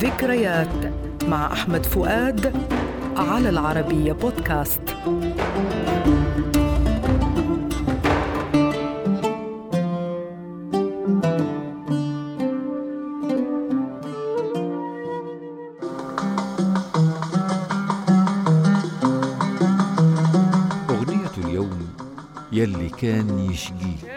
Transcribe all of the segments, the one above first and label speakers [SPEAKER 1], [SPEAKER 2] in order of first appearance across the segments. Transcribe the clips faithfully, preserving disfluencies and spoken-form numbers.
[SPEAKER 1] ذكريات مع أحمد فؤاد على العربية بودكاست.
[SPEAKER 2] أغنية اليوم يلي كان يشقيك.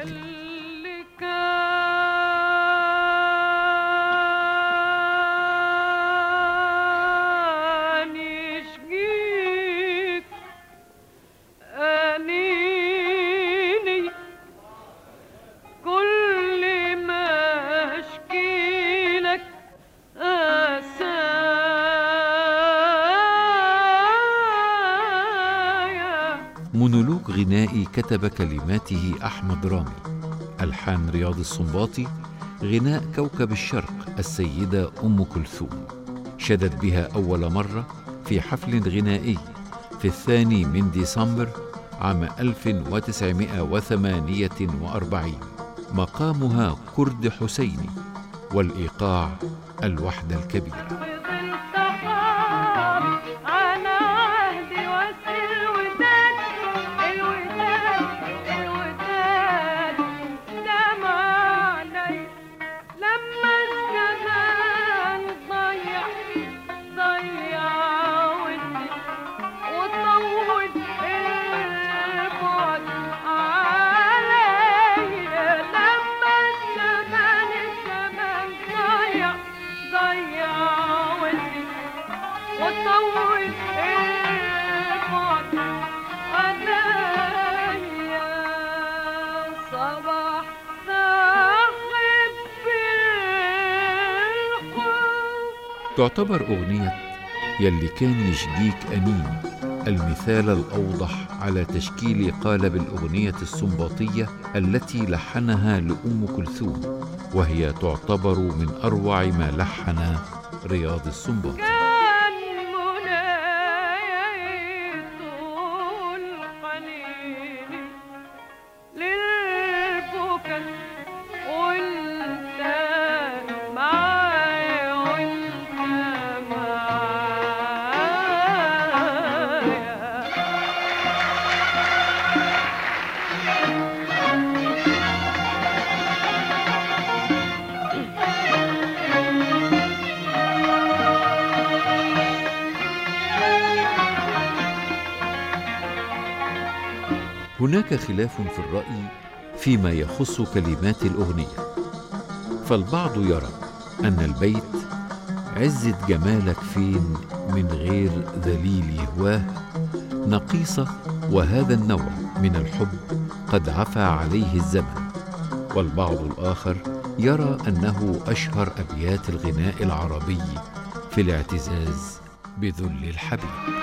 [SPEAKER 2] مونولوج غنائي كتب كلماته أحمد رامي، ألحان رياض السنباطي، غناء كوكب الشرق السيدة أم كلثوم، شدت بها أول مرة في حفل غنائي في الثاني من ديسمبر عام ألف وتسعمائة وثمانية وأربعين، مقامها كرد حسيني والإيقاع الوحدة الكبيرة. تعتبر أغنية يلي كان يشقيك أنين المثال الأوضح على تشكيل قالب الأغنية السنباطية التي لحنها لأم كلثوم، وهي تعتبر من أروع ما لحن رياض السنباطي. هناك خلاف في الرأي فيما يخص كلمات الأغنية، فالبعض يرى أن البيت عزة جمالك فين من غير ذليل يهواه نقيصة، وهذا النوع من الحب قد عفى عليه الزمن، والبعض الآخر يرى أنه أشهر أبيات الغناء العربي في الاعتزاز بذل الحبيب.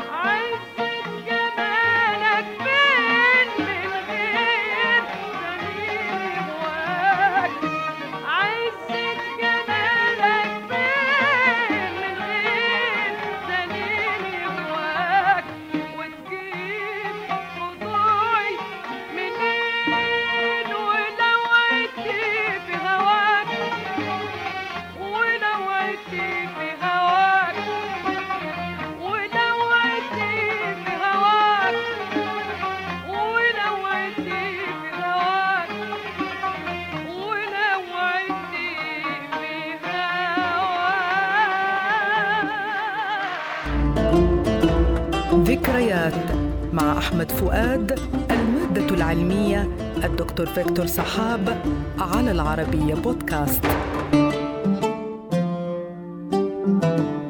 [SPEAKER 1] ذكريات مع أحمد فؤاد، المادة العلمية الدكتور فيكتور صحاب على العربية بودكاست.